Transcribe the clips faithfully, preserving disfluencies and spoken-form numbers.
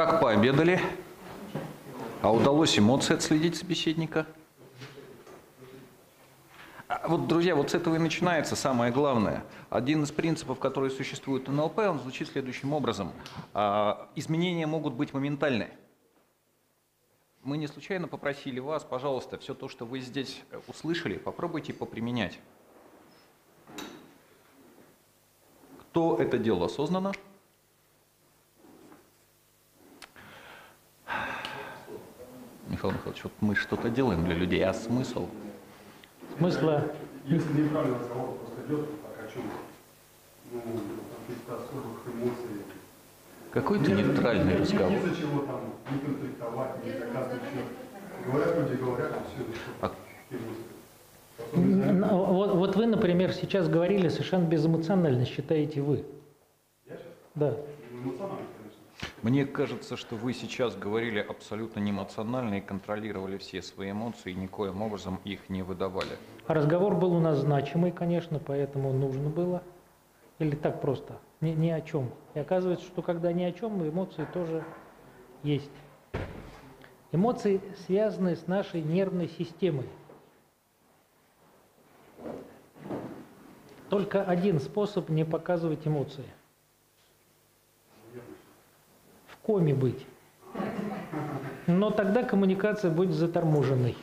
Как пообедали? А удалось эмоции отследить собеседника? А вот, друзья, вот с этого и начинается самое главное. Один из принципов, который существует в эн эл пэ, он звучит следующим образом. Изменения могут быть моментальны. Мы не случайно попросили вас, пожалуйста, все то, что вы здесь услышали, попробуйте поприменять. Кто это делал осознанно? Михаил Михайлович, вот мы что-то делаем для людей, а смысл? Смысла? Если неправильный разговор просто идет, так о чем? Ну, каких-то особых эмоций. Какой-то нейтральный разговор. Из-за чего там не конфликтовать, не доказывать, что говорят люди, говорят, и все. А... Вот, вот вы, например, сейчас говорили совершенно безэмоционально, считаете вы? Я сейчас? Да. Эмоционально, конечно. Мне кажется, что вы сейчас говорили абсолютно неэмоционально и контролировали все свои эмоции, и никоим образом их не выдавали. А разговор был у нас значимый, конечно, поэтому нужно было. Или так просто, ни, ни о чем. И оказывается, что когда ни о чем, эмоции тоже есть. Эмоции связаны с нашей нервной системой. Только один способ не показывать эмоции. В коме быть. Но тогда коммуникация будет заторможенной.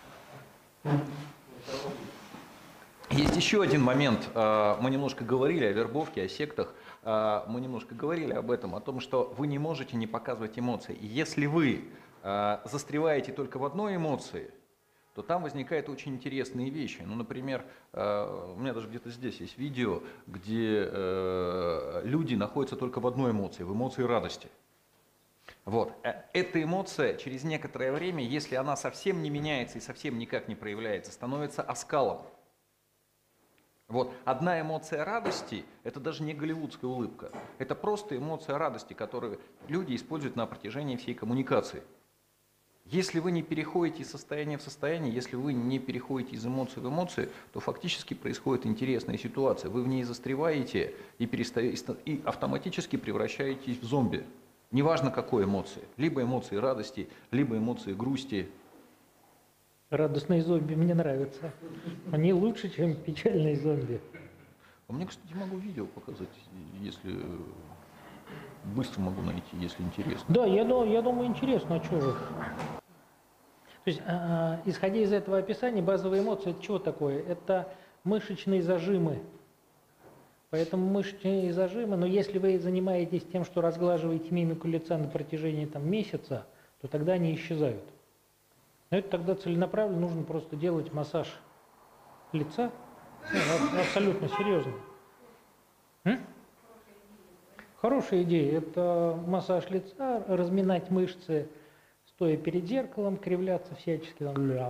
Есть еще один момент. Мы немножко говорили о вербовке, о сектах. Мы немножко говорили об этом, о том, что вы не можете не показывать эмоции. И если вы застреваете только в одной эмоции, то там возникают очень интересные вещи. Ну, например, у меня даже где-то здесь есть видео, где люди находятся только в одной эмоции, в эмоции радости. Вот. Эта эмоция через некоторое время, если она совсем не меняется и совсем никак не проявляется, становится оскалом. Вот. Одна эмоция радости – это даже не голливудская улыбка. Это просто эмоция радости, которую люди используют на протяжении всей коммуникации. Если вы не переходите из состояния в состояние, если вы не переходите из эмоции в эмоции, то фактически происходит интересная ситуация. Вы в ней застреваете и, перестаете, и автоматически превращаетесь в зомби. Неважно какой эмоции. Либо эмоции радости, либо эмоции грусти. Радостные зомби мне нравятся. Они лучше, чем печальные зомби. А мне, кстати, могу видео показать, если быстро могу найти, если интересно. Да, я, я думаю, интересно, а что же. То есть, а, исходя из этого описания, базовые эмоции – это чего такое? Это мышечные зажимы. Поэтому мышечные зажимы, но если вы занимаетесь тем, что разглаживаете мимику лица на протяжении там, месяца, то тогда они исчезают. Но это тогда целенаправленно нужно просто делать массаж лица. Ну, абсолютно серьезно. М? Хорошая идея. Это массаж лица, разминать мышцы, стоя перед зеркалом, кривляться всячески.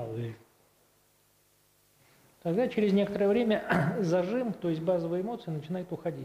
Тогда через некоторое время зажим, то есть базовые эмоции, начинает уходить.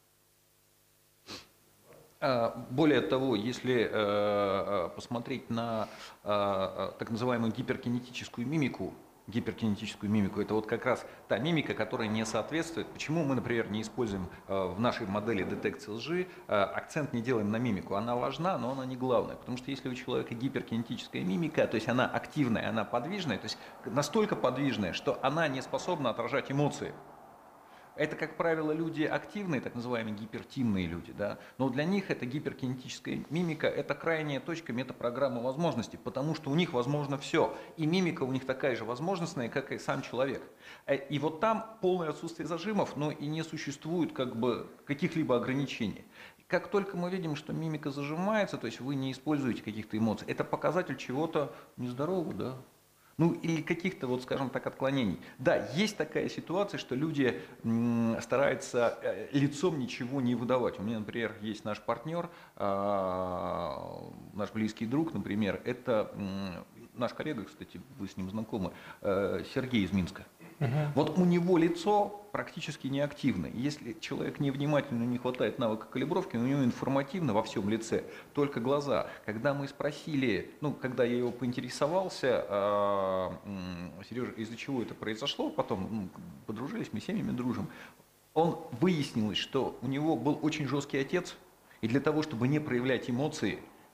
Более того, если э, посмотреть на э, так называемую гиперкинетическую мимику, гиперкинетическую мимику, это вот как раз та мимика, которая не соответствует. Почему мы, например, не используем э, в нашей модели детекции лжи, э, акцент не делаем на мимику. Она важна, но она не главная. Потому что если у человека гиперкинетическая мимика, то есть она активная, она подвижная, то есть настолько подвижная, что она не способна отражать эмоции. Это, как правило, люди активные, так называемые гипертимные люди, да? Но для них эта гиперкинетическая мимика – это крайняя точка метапрограммы возможностей, потому что у них возможно все. И мимика у них такая же возможностная, как и сам человек. И вот там полное отсутствие зажимов, но и не существует как бы каких-либо ограничений. Как только мы видим, что мимика зажимается, то есть вы не используете каких-то эмоций, это показатель чего-то нездорового, да? Ну или каких-то, вот скажем так, отклонений. Да, есть такая ситуация, что люди м, стараются э, лицом ничего не выдавать. У меня, например, есть наш партнер, э, наш близкий друг, например, это э, наш коллега, кстати, вы с ним знакомы, э, Сергей из Минска. Угу. Вот у него лицо практически неактивно. Если человек невнимательно, не хватает навыка калибровки, у него информативно во всем лице, только глаза. Когда мы спросили, ну, когда я его поинтересовался, э, э, Сережа, из-за чего это произошло, потом ну, подружились, мы семьями дружим, он выяснилось, что у него был очень жесткий отец, и для того, чтобы не проявлять эмоции,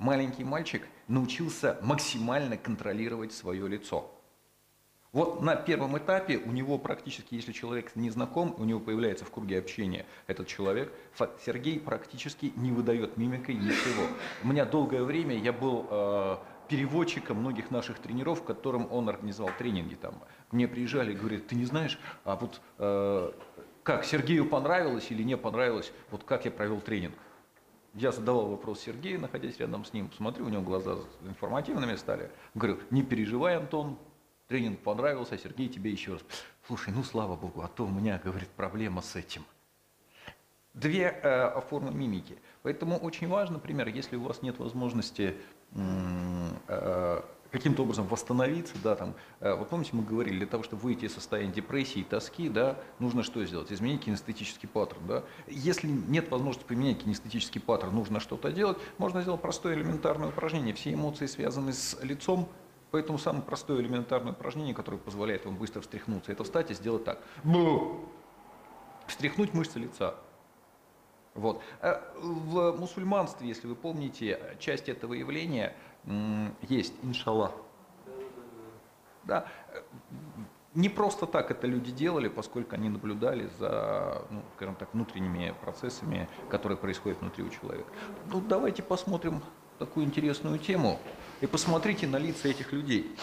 маленький мальчик научился максимально контролировать свое лицо. Вот на первом этапе у него практически, если человек не знаком, у него появляется в круге общения этот человек, Сергей практически не выдает мимикой ничего. У меня долгое время я был э, переводчиком многих наших тренеров, которым он организовал тренинги. Там. Мне приезжали и говорят, ты не знаешь, а вот э, как Сергею понравилось или не понравилось, вот как я провел тренинг. Я задавал вопрос Сергею, находясь рядом с ним, смотрю, у него глаза информативными стали. Говорю, не переживай, Антон. Тренинг понравился, Сергей, тебе еще раз. Слушай, ну слава богу, а то у меня, говорит, проблема с этим. Две э, формы мимики. Поэтому очень важно, например, если у вас нет возможности э, каким-то образом восстановиться, да, там, э, вот помните, мы говорили, для того, чтобы выйти из состояния депрессии и тоски, да, нужно что сделать? Изменить кинестетический паттерн. Да? Если нет возможности поменять кинестетический паттерн, нужно что-то делать, можно сделать простое элементарное упражнение. Все эмоции связаны с лицом. Поэтому самое простое элементарное упражнение, которое позволяет вам быстро встряхнуться, это встать и сделать так. Бу! Встряхнуть мышцы лица. Вот. В мусульманстве, если вы помните, часть этого явления есть, иншаллах. Да. Не просто так это люди делали, поскольку они наблюдали за, ну, скажем так, внутренними процессами, которые происходят внутри у человека. Ну, давайте посмотрим такую интересную тему. И посмотрите на лица этих людей.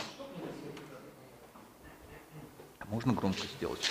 Можно громко сделать.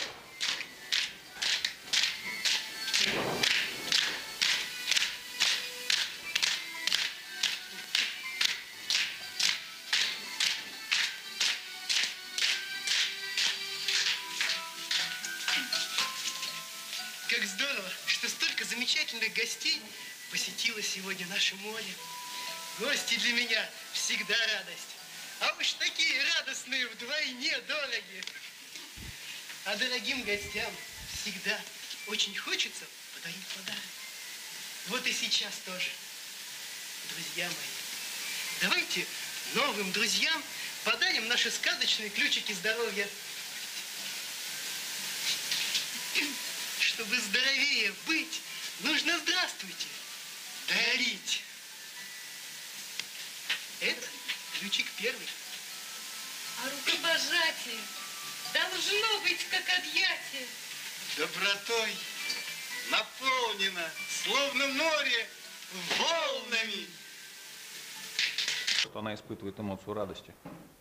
Как здорово, что столько замечательных гостей посетило сегодня наше море. Гости для меня всегда радость. А уж такие радостные вдвойне дороги. А дорогим гостям всегда очень хочется подарить подарок. Вот и сейчас тоже. Друзья мои, давайте новым друзьям подарим наши сказочные ключики здоровья. Чтобы здоровее быть, нужно здравствуйте дарить. Это ключик первый. А рукопожатие должно быть как объятие. Добротой наполнено, словно море, волнами. Она испытывает эмоцию радости.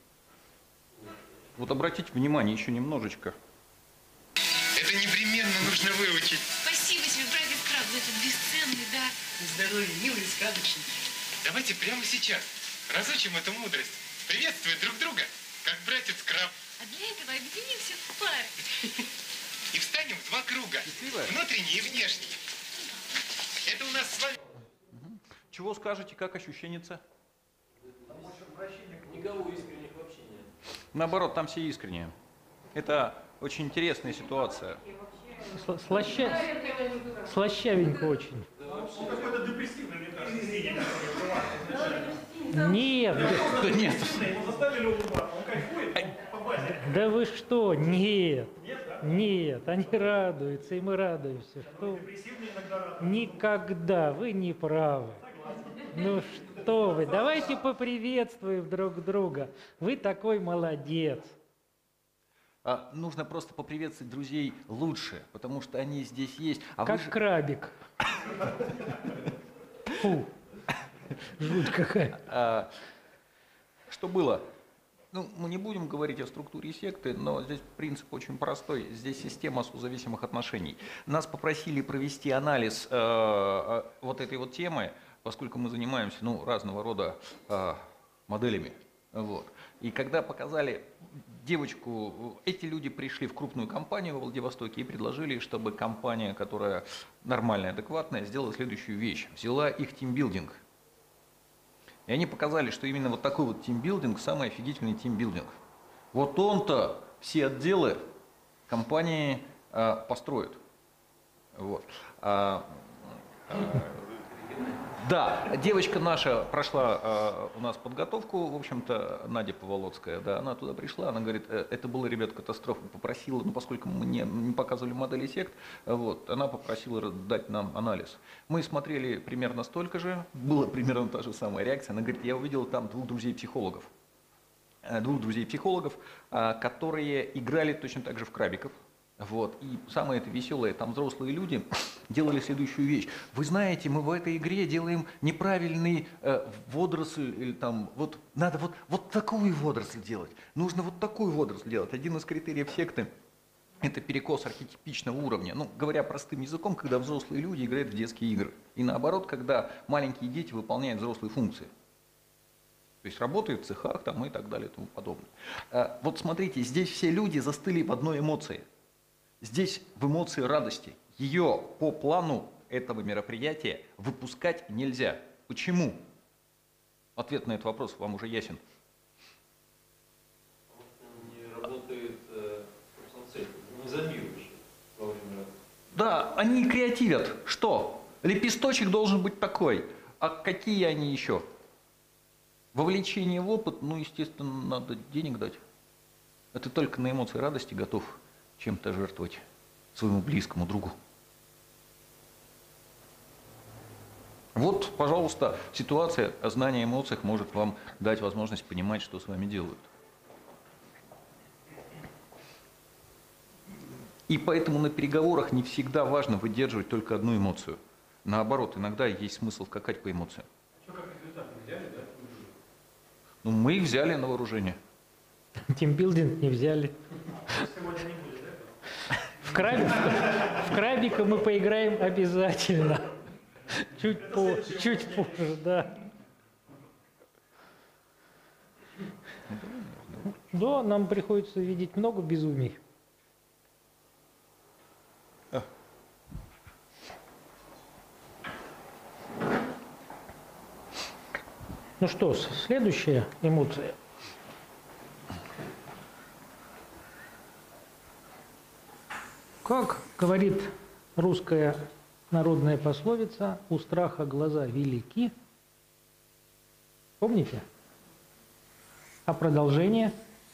Вот обратите внимание еще немножечко. Это непременно нужно выучить. Спасибо тебе, братец Краб, за этот бесценный дар. Здоровье, милый сказочник. Давайте прямо сейчас разучим эту мудрость. Приветствуем друг друга, как братец Краб. А для этого объединимся в пары. И встанем в два круга. Счастливая? Внутренний и внешний. Это у нас с вами... Чего скажете, как ощущенница? Никого искренних вообще нет. Наоборот, там все искренние. Это очень интересная ситуация. Сла- Слаща... Слащавенько очень. Он какой-то депрессивный, мне кажется, сидит, который Нет, Да нет. его заставили улыбаться, он кайфует, он по базе. да вы что, нет, Нет, да? нет, они радуются, и мы радуемся. Что... Депрессивный иногда радует. Никогда, вы не правы. Ну что вы, давайте поприветствуем друг друга. Вы такой молодец. А, нужно просто поприветствовать друзей лучше, потому что они здесь есть. А Как вы же... крабик. Фу, жуть какая. А, что было? Ну, мы не будем говорить о структуре секты, но здесь принцип очень простой. Здесь система созависимых отношений. Нас попросили провести анализ э, вот этой вот темы, поскольку мы занимаемся, ну, разного рода э, моделями. Вот. И когда показали девочку, эти люди пришли в крупную компанию в Владивостоке и предложили, чтобы компания, которая нормальная, адекватная, сделала следующую вещь. Взяла их тимбилдинг. И они показали, что именно вот такой вот тимбилдинг самый офигительный тимбилдинг. Вот он-то все отделы компании а, построит. Вот. А, а, Да, девочка наша прошла э, у нас подготовку, в общем-то, Надя Поволоцкая, да, она туда пришла, она говорит, э, это было, ребят, катастрофа, попросила, ну, поскольку мы не, не показывали модели сект, вот, она попросила дать нам анализ. Мы смотрели примерно столько же, была примерно та же самая реакция, она говорит, я увидела там двух друзей-психологов, э, двух друзей-психологов, э, которые играли точно так же в крабиков. Вот. И самое это веселое, там взрослые люди делали следующую вещь. Вы знаете, мы в этой игре делаем неправильный э, водоросль, или там, вот надо вот, вот такую водоросль делать, нужно вот такую водоросль делать. Один из критериев секты – это перекос архетипичного уровня. Ну, говоря простым языком, когда взрослые люди играют в детские игры. И наоборот, когда маленькие дети выполняют взрослые функции. То есть работают в цехах там, и так далее и тому подобное. Э, вот смотрите, здесь все люди застыли в одной эмоции. Здесь в эмоции радости. Ее по плану этого мероприятия выпускать нельзя. Почему? Ответ на этот вопрос вам уже ясен. Не работает э, цель, не зомбируешь во время. Да, они креативят. Что? Лепесточек должен быть такой. А какие они еще? Вовлечение в опыт, ну, естественно, надо денег дать. А ты только на эмоции радости готов чем-то жертвовать своему близкому другу. Вот, пожалуйста, ситуация, знание о эмоциях может вам дать возможность понимать, что с вами делают. И поэтому на переговорах не всегда важно выдерживать только одну эмоцию. Наоборот, иногда есть смысл скакать по эмоциям. Что, как результат, взяли, да? Ну, мы их взяли на вооружение. Тимбилдинг не взяли. Сегодня не будет, да? В, краб... в крабика мы поиграем обязательно. Чуть, по... Чуть позже, да. Да, нам приходится видеть много безумий. Ну что, следующая эмоция. Как говорит русская народная пословица, у страха глаза велики. Помните? А продолжение?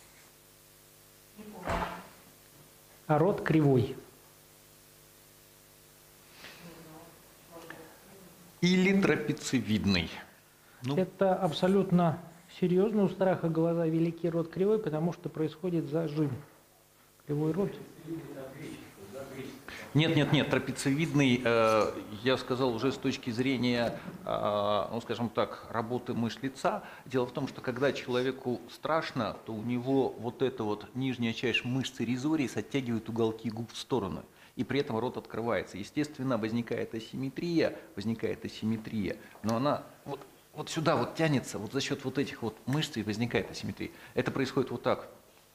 А рот кривой. Или трапециевидный. Ну, Это абсолютно серьезно. У страха глаза велики, рот кривой, потому что происходит зажим. Кривой рот. Нет, нет, нет, трапециевидный, э, я сказал уже с точки зрения, э, ну, скажем так, работы мышц лица. Дело в том, что когда человеку страшно, то у него вот эта вот нижняя часть мышцы резорис оттягивает уголки губ в сторону, и при этом рот открывается. Естественно, возникает асимметрия, возникает асимметрия, но она вот, вот сюда вот тянется, вот за счет вот этих вот мышц и возникает асимметрия. Это происходит вот так.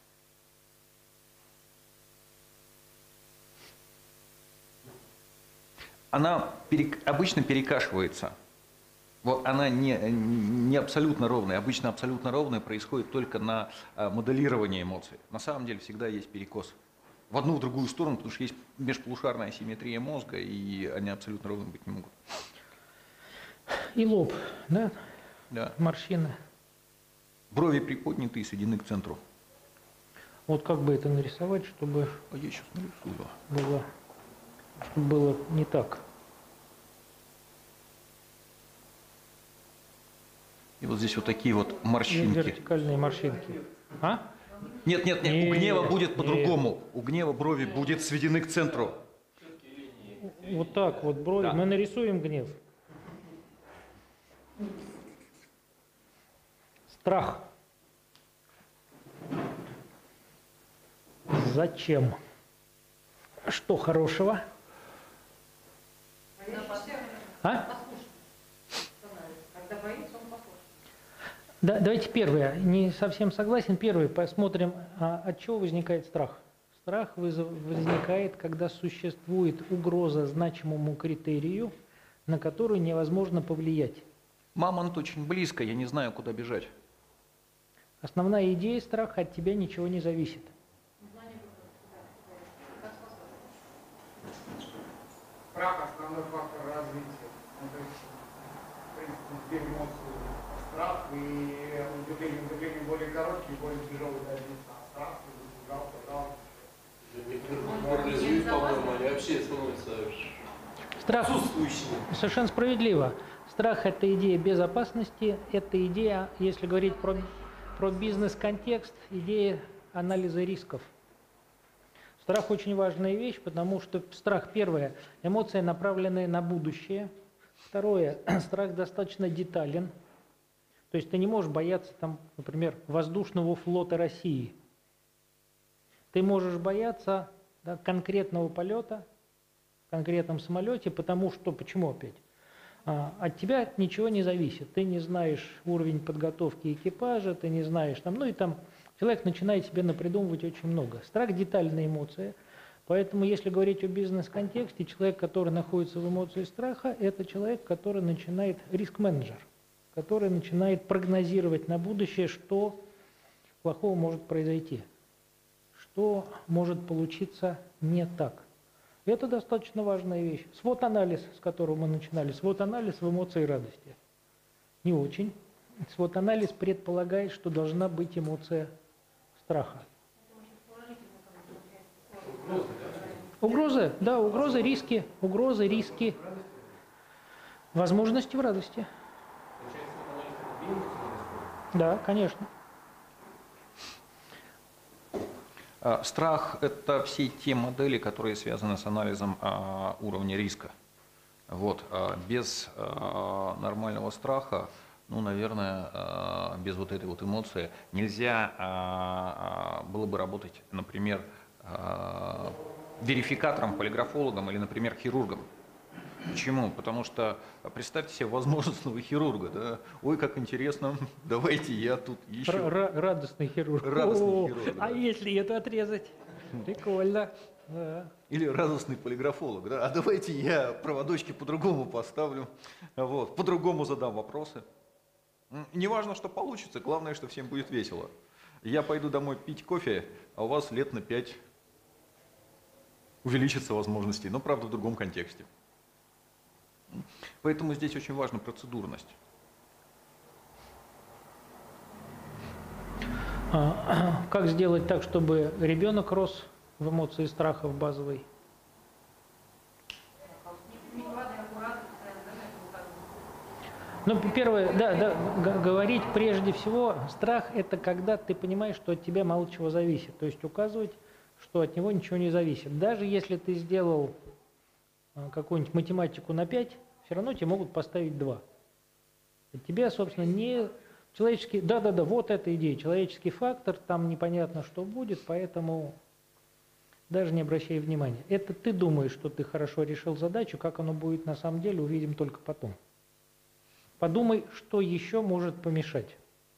Она перек, обычно перекашивается. Вот она не, не абсолютно ровная. Обычно абсолютно ровная происходит только на а, моделировании эмоций. На самом деле всегда есть перекос. В одну, в другую сторону, потому что есть межполушарная асимметрия мозга, и они абсолютно ровными быть не могут. И лоб, да? Да. Морщины. Брови приподняты и сведены к центру. Вот как бы это нарисовать, чтобы А я сейчас нарисую. было, чтобы было не так. И вот здесь вот такие вот И морщинки. вертикальные морщинки. А? Нет, нет, нет, у Нет, гнева будет нет. по-другому. У гнева брови будут сведены к центру. Вот так вот брови. Да. Мы нарисуем гнев. Страх. Зачем? Что хорошего? А? Да, давайте первое. Не совсем согласен. Первый. Посмотрим, а, от чего возникает страх. Страх вызов, возникает, когда существует угроза значимому критерию, на который невозможно повлиять. Мамонт очень близко, я не знаю, куда бежать. Основная идея страха: от тебя ничего не зависит. Страх – основной фактор развития. Ну, то есть две эмоции. Страх и удивление. Удивление более короткий, более тяжелый дается. А страх, испугал, пожал. Парализует, по-моему, они вообще становятся Страх отсутствующими. совершенно справедливо. Страх – это идея безопасности, это идея, если говорить про, про бизнес-контекст, идея анализа рисков. Страх очень важная вещь, потому что страх, первое, эмоции, направленные на будущее. Второе, страх достаточно детален. То есть ты не можешь бояться, там, например, воздушного флота России. Ты можешь бояться, да, конкретного полета в конкретном самолете, потому что, почему опять? А, от тебя ничего не зависит. Ты не знаешь уровень подготовки экипажа, ты не знаешь, там, ну и там человек начинает себе напридумывать очень много. Страх – детальная эмоция. Поэтому, если говорить о бизнес-контексте, человек, который находится в эмоции страха, это человек, который начинает, риск-менеджер, который начинает прогнозировать на будущее, что плохого может произойти, что может получиться не так. Это достаточно важная вещь. свот-анализ, с которого мы начинали, свот-анализ в эмоции радости. Не очень. свот-анализ предполагает, что должна быть эмоция страха. Угрозы, да, угрозы, риски, угрозы, риски, возможности в радости. Да, конечно. Страх – это все те модели, которые связаны с анализом а, уровня риска. Вот. А без а, нормального страха, ну, наверное, а, без вот этой вот эмоции нельзя а, а, было бы работать, например, а, верификатором, полиграфологом или, например, хирургом. Почему? Потому что представьте себе возможностного хирурга, да? Ой, как интересно, давайте я тут еще... Р- радостный хирург. Радостный О, хирург, да. А если это отрезать? Прикольно. Да. Или радостный полиграфолог, да? А давайте я проводочки по-другому поставлю, вот, по-другому задам вопросы. Неважно, что получится, главное, что всем будет весело. Я пойду домой пить кофе, а у вас лет на пять увеличатся возможности, но, правда, в другом контексте. Поэтому здесь очень важна процедурность. А, как сделать так, чтобы ребенок рос в эмоции страха в базовой? Ну, первое, да, да, г- говорить прежде всего, страх – это когда ты понимаешь, что от тебя мало чего зависит. То есть указывать, что от него ничего не зависит. Даже если ты сделал какую-нибудь математику на пять, все равно тебе могут поставить два. От тебя, собственно, не человеческий... Да-да-да, вот эта идея. Человеческий фактор, там непонятно, что будет, поэтому даже не обращай внимания. Это ты думаешь, что ты хорошо решил задачу, как оно будет на самом деле, увидим только потом. Подумай, что еще может помешать.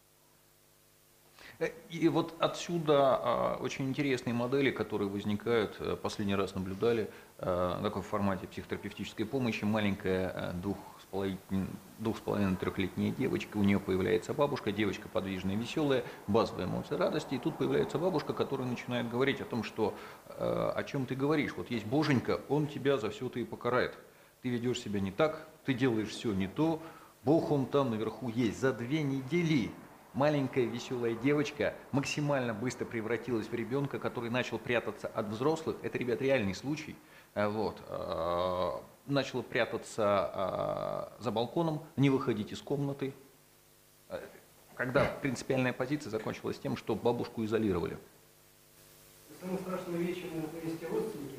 И вот отсюда а, очень интересные модели, которые возникают, а, последний раз наблюдали, а, такой в формате психотерапевтической помощи. Маленькая двух с половиной, двух с половиной трехлетняя девочка, у нее появляется бабушка, девочка подвижная, веселая, базовая эмоция радости, и тут появляется бабушка, которая начинает говорить о том, что а, о чем ты говоришь, вот есть Боженька, он тебя за все это и покарает. Ты ведешь себя не так, ты делаешь все не то, Бог он там наверху есть. За две недели маленькая веселая девочка максимально быстро превратилась в ребенка, который начал прятаться от взрослых. Это, ребят, реальный случай. Вот. Начала прятаться за балконом, не выходить из комнаты. Когда принципиальная позиция закончилась тем, что бабушку изолировали. Самое страшное вещь ему вынести родственники.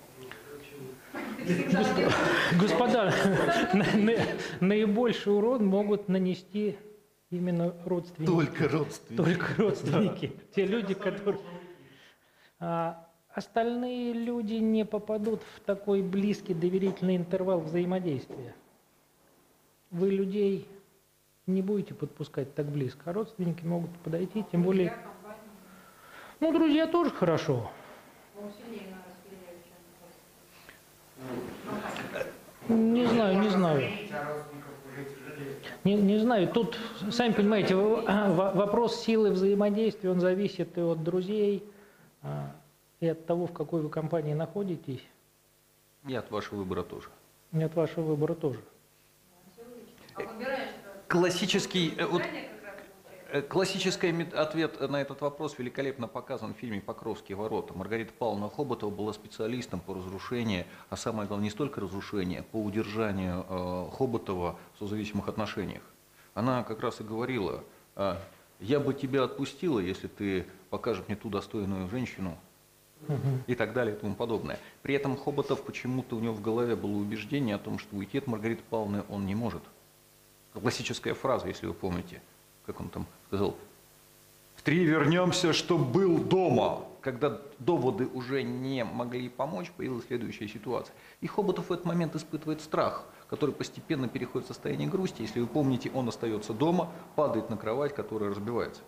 Господа, наибольший урон могут нанести именно родственники. Только родственники. Только родственники. Те люди, которые... А остальные люди не попадут в такой близкий доверительный интервал взаимодействия. Вы людей не будете подпускать так близко, а родственники могут подойти, тем более... Ну, друзья тоже хорошо. Не знаю, не знаю. Не, не знаю, тут, сами понимаете, вопрос силы взаимодействия, он зависит и от друзей, и от того, в какой вы компании находитесь. И от вашего выбора тоже. И от вашего выбора тоже. А выбираешь Классический, э, вот, э, классический мет- ответ на этот вопрос великолепно показан в фильме «Покровские ворота». Маргарита Павловна Хоботова была специалистом по разрушению, а самое главное, не столько разрушению, по удержанию э, Хоботова в созависимых отношениях. Она как раз и говорила: а, я бы тебя отпустила, если ты покажешь мне ту достойную женщину, и так далее и тому подобное. При этом Хоботов почему-то, у него в голове было убеждение о том, что уйти от Маргариты Павловны он не может. Классическая фраза, если вы помните, как он там сказал: в три вернемся, чтоб был дома. Когда доводы уже не могли помочь, появилась следующая ситуация. И Хоботов в этот момент испытывает страх, который постепенно переходит в состояние грусти. Если вы помните, он остается дома, падает на кровать, которая разбивается.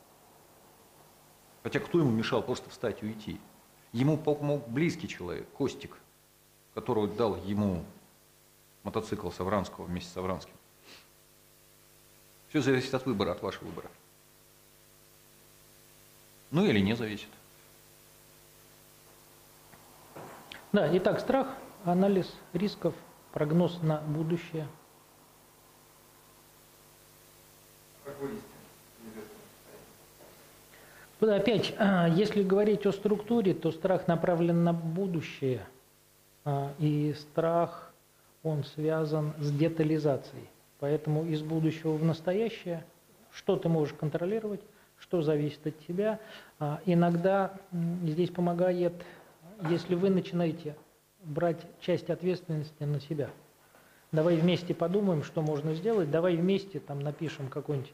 Хотя кто ему мешал просто встать и уйти? Ему помог близкий человек, Костик, который дал ему мотоцикл Савранского вместе с Савранским. Все зависит от выбора, от вашего выбора. Ну или не зависит. Да, итак, страх, анализ рисков, прогноз на будущее. Как вылезти из этого состояния? Да, опять, а, если говорить о структуре, то страх направлен на будущее, а, и страх, он связан с детализацией. Поэтому из будущего в настоящее, что ты можешь контролировать, что зависит от тебя. А, иногда м, здесь помогает, если вы начинаете брать часть ответственности на себя. Давай вместе подумаем, что можно сделать, давай вместе там напишем какой-нибудь.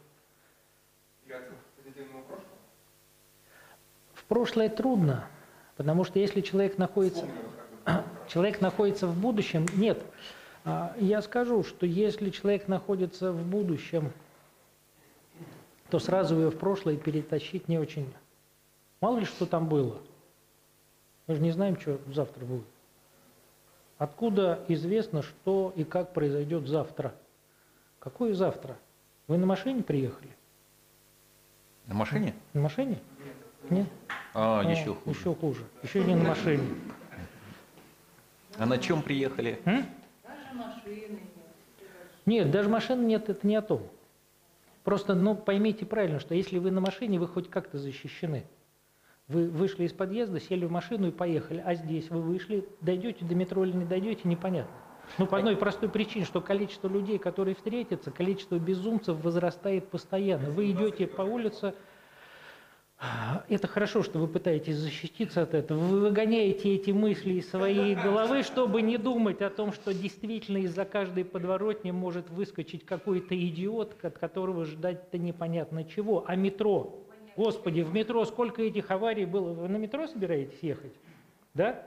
В прошлое трудно, потому что если человек находится, человек находится в будущем, нет. Я скажу, что если человек находится в будущем, то сразу ее в прошлое перетащить не очень. Мало ли что там было. Мы же не знаем, что завтра будет. Откуда известно, что и как произойдет завтра? Какое завтра? Вы на машине приехали? На машине? На машине? Нет? А, А, еще хуже. Еще хуже. Еще не на машине. А на чем приехали? М? Нет, даже машины нет, это не о том. Просто, ну, поймите правильно, что если вы на машине, вы хоть как-то защищены. Вы вышли из подъезда, сели в машину и поехали. А здесь вы вышли, дойдете до метро или не дойдете, непонятно. Ну, по одной простой причине, что количество людей, которые встретятся, количество безумцев возрастает постоянно. Вы идете по улице, это хорошо, что вы пытаетесь защититься от этого. Вы выгоняете эти мысли из своей головы, чтобы не думать о том, что действительно из-за каждой подворотни может выскочить какой-то идиот, от которого ждать-то непонятно чего. А метро? Господи, в метро сколько этих аварий было? Вы на метро собираетесь ехать? Да?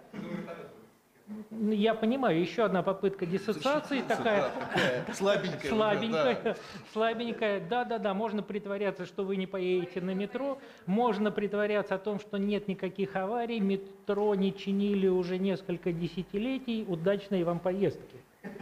Я понимаю, еще одна попытка диссоциации такая, слабенькая, слабенькая, уже, да. слабенькая. Да-да-да, можно притворяться, что вы не поедете на метро, можно притворяться о том, что нет никаких аварий, метро не чинили уже несколько десятилетий, удачной вам поездки.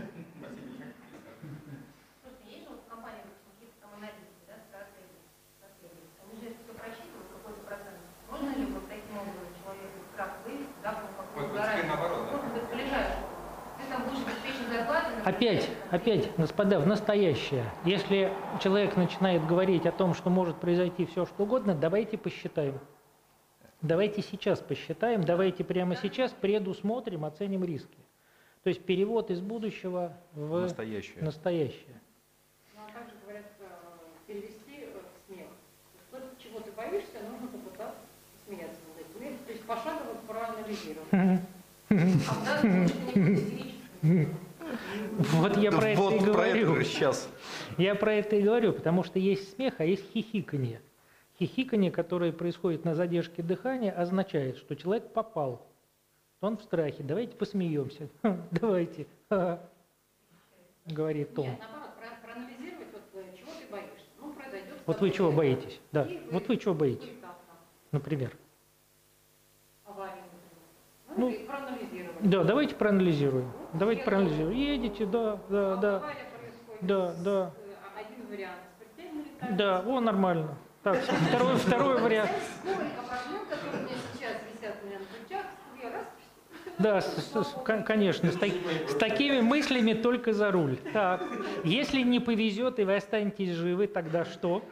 Опять, опять, господа, в настоящее. Если человек начинает говорить о том, что может произойти все, что угодно, давайте посчитаем. Давайте сейчас посчитаем, давайте прямо сейчас предусмотрим, оценим риски. То есть перевод из будущего в настоящее. настоящее. Ну, а также говорят, перевести в смех. То, чего ты боишься, нужно попытаться смеяться над этим. То есть пошагово проанализировать. А в данном случае не истерически. Вот я про это вот и про говорю. это сейчас. Я про это и говорю, потому что есть смех, а есть хихиканье. Хихиканье, которое происходит на задержке дыхания, означает, что человек попал. Он в страхе. Давайте посмеемся. Давайте. Говорит он. Нет, наоборот, про- проанализировать, вот, чего ты боишься. Ну, произойдет. Вот вы чего боитесь? Да. И Вот вы чего боитесь? вы там, Например. аварию, например. Ну, Ну, и проанализировать. Да, давайте проанализируем. Давайте проанализируем. Едете, да, да, да. Авария происходит Да, с- да. э, один вариант с предельной летальностью. Да, о, нормально. Так, второй, второй вариант. Сколько проблем, которые у меня сейчас висят у меня на плечах, я раз, Да, с- с- с- кон- конечно, с, так- с такими мыслями только за руль. Так, если не повезет и вы останетесь живы, тогда что?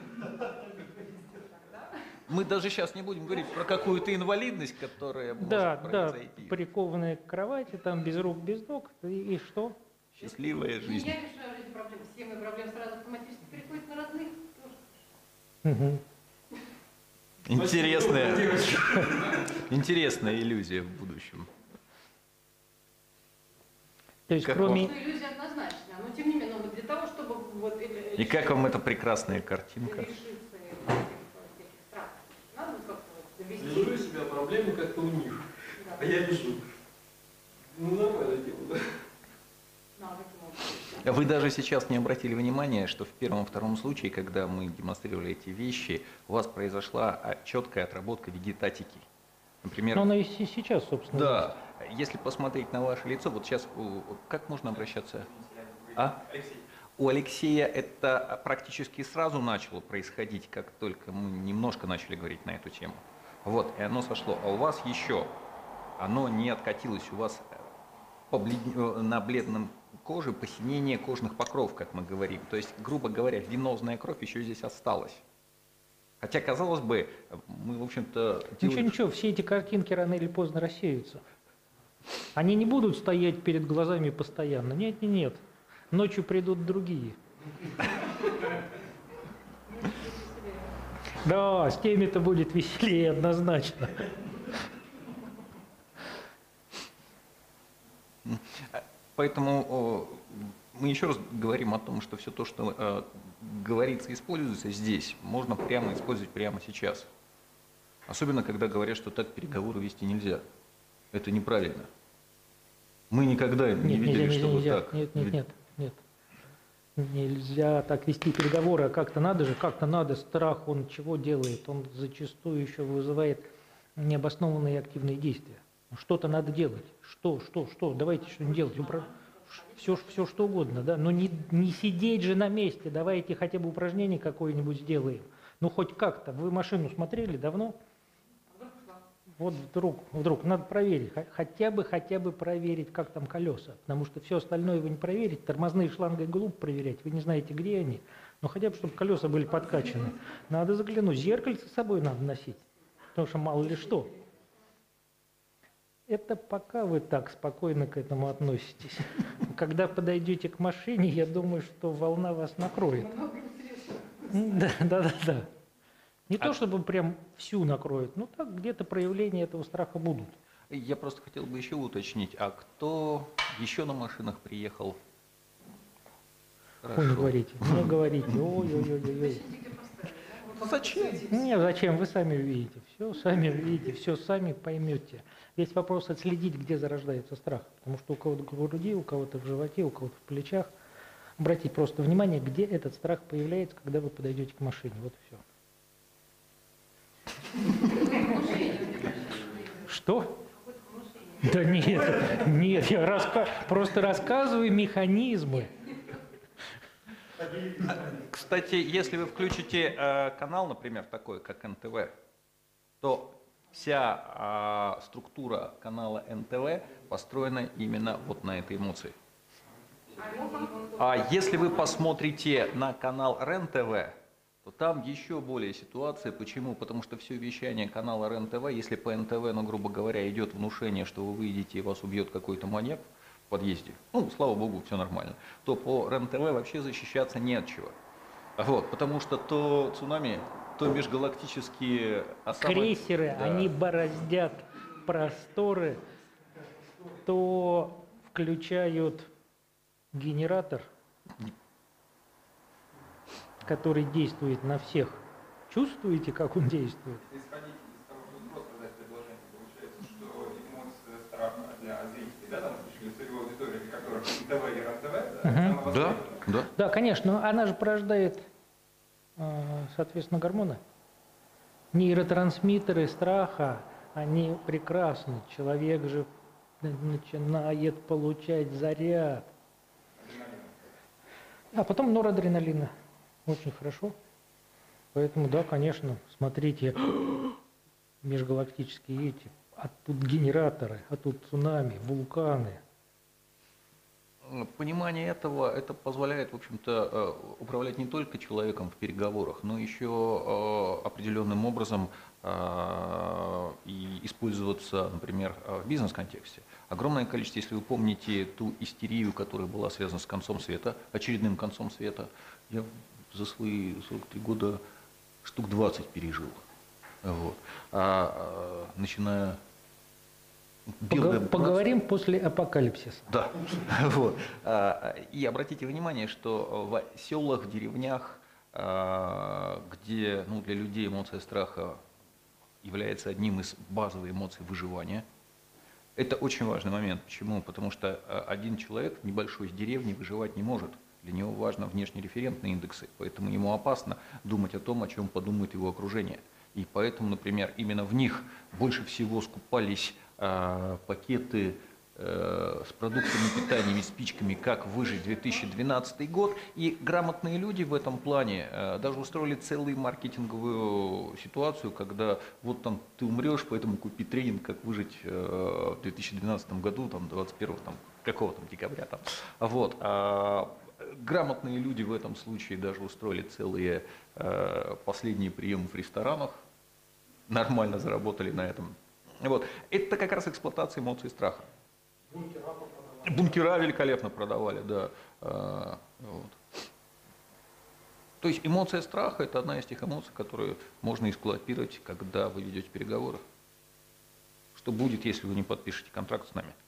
Мы даже сейчас не будем говорить про какую-то инвалидность, которая Да, может да, произойти. прикованные к кровати, там без рук, без ног, и, и что? Счастливая Не жизнь. я решаю эти проблемы, все мои проблемы сразу автоматически переходят на родных. Мгм. Интересная, интересная иллюзия в будущем. То есть, Как кроме... Что иллюзия однозначная, но тем не менее, ну, вот для того, чтобы вот, или- И как вам эта прекрасная картинка? решиться этих, этих страхов, надо как-то вот довести. Вижу себя проблемы как-то у них. Да. А я вижу. Ну, нормально дело, да? Надо таким образом. Вы даже сейчас не обратили внимания, что в первом-втором случае, когда мы демонстрировали эти вещи, у вас произошла а, четкая отработка вегетатики. Например, Ну, оно и се- сейчас, собственно. да, если посмотреть на ваше лицо, вот сейчас у- как можно обращаться? А? У Алексея это практически сразу начало происходить, как только мы немножко начали говорить на эту тему. Вот, и оно сошло. А у вас еще оно не откатилось, у вас поблед- на бледном коже посинение кожных покров, как мы говорим. То есть, грубо говоря, венозная кровь еще здесь осталась. Хотя, казалось бы, мы, в общем-то, Ничего, делаем- ничего, все эти картинки рано или поздно рассеются. Они не будут стоять перед глазами постоянно. Нет, нет, нет. Ночью придут другие. Да, с теми-то будет веселее однозначно. Поэтому о, мы еще раз говорим о том, что все то, что э, говорится, используется здесь, можно прямо использовать прямо сейчас. Особенно, когда говорят, что так переговоры вести нельзя. Это неправильно. Мы никогда не Нет, видели, нельзя, чтобы нельзя, так. нет, нет, нет, нет. Нельзя так вести переговоры, а как-то надо же, как-то надо. Страх, он чего делает? Он зачастую еще вызывает необоснованные активные действия. Что-то надо делать. Что, что, что? Давайте что-нибудь делать. Упра- Все, все что угодно, да. Но не, не сидеть же на месте. Давайте хотя бы упражнение какое-нибудь сделаем. Ну хоть как-то. Вы машину смотрели давно? Вот вдруг, вдруг надо проверить, х- хотя бы, хотя бы проверить, как там колеса, потому что все остальное вы не проверите, тормозные шланги глупо проверять, вы не знаете, где они, но хотя бы, чтобы колеса были подкачаны. Надо заглянуть, зеркальце с собой надо носить, потому что мало ли что. Это пока вы так спокойно к этому относитесь. Когда подойдете к машине, я думаю, что волна вас накроет. Да, да, да, да. Не то, чтобы прям всю накроет, но так где-то проявления этого страха будут. Я просто хотел бы еще уточнить, а кто еще на машинах приехал? Ой, не Хорошо. говорите, не говорите. Ой-ой-ой-ой. Зачем? Не, зачем? Вы сами увидите. Все сами увидите, все сами поймете. Весь вопрос отследить, где зарождается страх. Потому что у кого-то в груди, у кого-то в животе, у кого-то в плечах. Обратите просто внимание, где этот страх появляется, когда вы подойдете к машине. Вот и все. Что? Да нет, нет, я раска... просто рассказываю механизмы. Кстати, если вы включите э, канал, например, такой, как эн тэ вэ, то вся э, структура канала эн тэ вэ построена именно вот на этой эмоции. А если вы посмотрите на канал РЕН тэ вэ, то там еще более ситуация. Почему? Потому что все вещание канала РЕН тэ вэ, если по эн тэ вэ, ну, грубо говоря, идет внушение, что вы выйдете и вас убьет какой-то маньяк в подъезде, ну, слава богу, все нормально, то по РЕН тэ вэ вообще защищаться не от чего. Вот, потому что то цунами, то межгалактические... а самое- Крейсеры, да. они бороздят просторы, то включают генератор, который действует на всех. Чувствуете, как он действует? Исходить из того, что просто задать предложение, получается, что эмоция страха для зрителей, да, там, для целевой аудитории, для которых эн тэ вэ и РЕН тэ вэ, да, Мгм. самое Да, востребованное. да. Да, конечно, она же порождает, э, соответственно, гормоны. Нейротрансмиттеры страха, они прекрасны. Человек же начинает получать заряд. А потом норадреналина. Очень хорошо. Поэтому, да, конечно, смотрите межгалактические эти. а тут генераторы, а тут цунами, вулканы. Понимание этого, это позволяет, в общем-то, управлять не только человеком в переговорах, но еще определенным образом и использоваться, например, в бизнес-контексте. Огромное количество, если вы помните ту истерию, которая была связана с концом света, очередным концом света, я за свои сорок три года штук двадцать пережил. Вот. А, а, начиная... Пога- поговорим после апокалипсиса. Да. Вот. И обратите внимание, что в селах, в деревнях, где ну, для людей эмоция страха является одним из базовых эмоций выживания, это очень важный момент. Почему? Потому что один человек в небольшой деревне выживать не может. Для него важны внешнереферентные индексы, поэтому ему опасно думать о том, о чем подумает его окружение. И поэтому, например, именно в них больше всего скупались э, пакеты э, с продуктами питания и спичками «Как выжить две тысячи двенадцатый год». И грамотные люди в этом плане э, даже устроили целую маркетинговую ситуацию, когда вот там ты умрешь, поэтому купи тренинг «Как выжить э, в две тысячи двенадцатом году, там, двадцать первого там, какого там декабря. Там. Вот. А, грамотные люди в этом случае даже устроили целые э, последние приемы в ресторанах, нормально заработали на этом. Вот. Это как раз эксплуатация эмоций страха. Бункера, Бункера великолепно продавали, да. Э, вот. То есть эмоция страха – это одна из тех эмоций, которые можно эксплуатировать, когда вы ведете переговоры. Что будет, если вы не подпишете контракт с нами?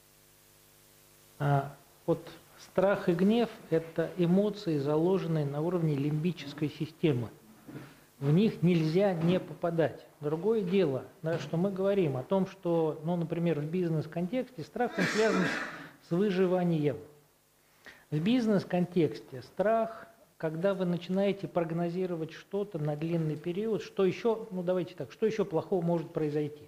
А, вот страх и гнев – это эмоции, заложенные на уровне лимбической системы. В них нельзя не попадать. Другое дело, да, что мы говорим о том, что, ну, например, в бизнес-контексте страх он связан с, с выживанием. В бизнес-контексте страх, когда вы начинаете прогнозировать что-то на длинный период, что еще, ну давайте так, что еще плохого может произойти.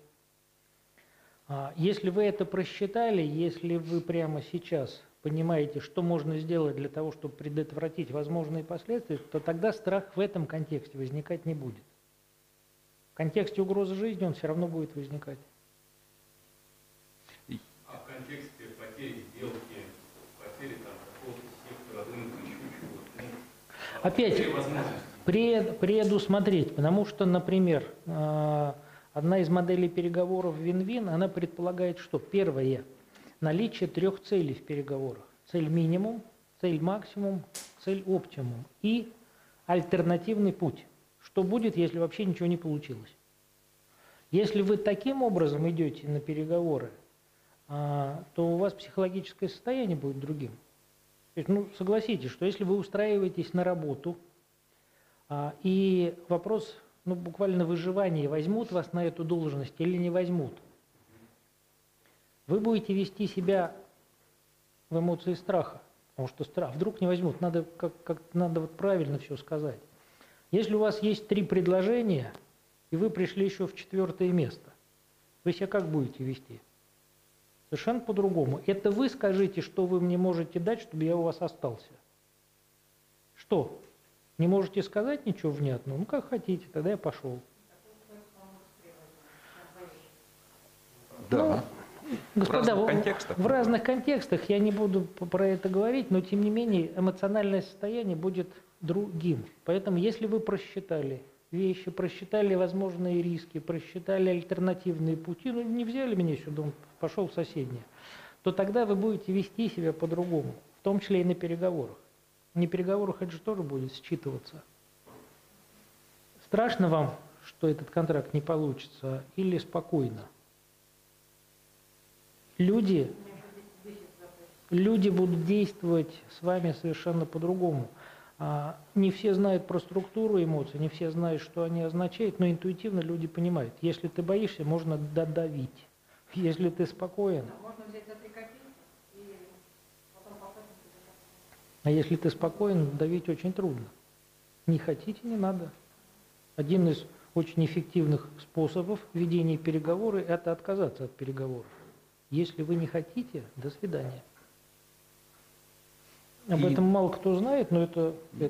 Если вы это просчитали, если вы прямо сейчас понимаете, что можно сделать для того, чтобы предотвратить возможные последствия, то тогда страх в этом контексте возникать не будет. В контексте угрозы жизни он все равно будет возникать. А в контексте потери сделки, потери там какого-то сектора рынка, еще чего-то, ну, опять пред, предусмотреть, потому что, например, одна из моделей переговоров вин-вин, она предполагает, что первое – наличие трех целей в переговорах. Цель минимум, цель максимум, цель оптимум и альтернативный путь. Что будет, если вообще ничего не получилось? Если вы таким образом идете на переговоры, то у вас психологическое состояние будет другим. То есть, ну, согласитесь, что если вы устраиваетесь на работу, и вопрос, ну, буквально выживания, возьмут вас на эту должность или не возьмут, вы будете вести себя в эмоции страха, потому что страх, вдруг не возьмут, надо, как, как, надо вот правильно все сказать. Если у вас есть три предложения, и вы пришли еще в четвертое место, вы себя как будете вести? Совершенно по-другому. Это вы скажите, что вы мне можете дать, чтобы я у вас остался. Что? Не можете сказать ничего внятного? Ну, как хотите, тогда я пошел. Да. Ну, господа, в разных в, контекстах. в разных контекстах я не буду про это говорить, но тем не менее эмоциональное состояние будет другим. Поэтому если вы просчитали вещи, просчитали возможные риски, просчитали альтернативные пути, ну не взяли меня сюда, он пошел в соседнее, то тогда вы будете вести себя по-другому, в том числе и на переговорах. На переговорах это же тоже будет считываться. Страшно вам, что этот контракт не получится, или спокойно? Люди, люди будут действовать с вами совершенно по-другому. Не все знают про структуру эмоций, не все знают, что они означают, но интуитивно люди понимают. Если ты боишься, можно додавить. Если ты спокоен. Можно взять за три копейки и потом поставить. А если ты спокоен, давить очень трудно. Не хотите, не надо. Один из очень эффективных способов ведения переговоров – это отказаться от переговоров. Если вы не хотите, до свидания. Об И... этом мало кто знает, но это, это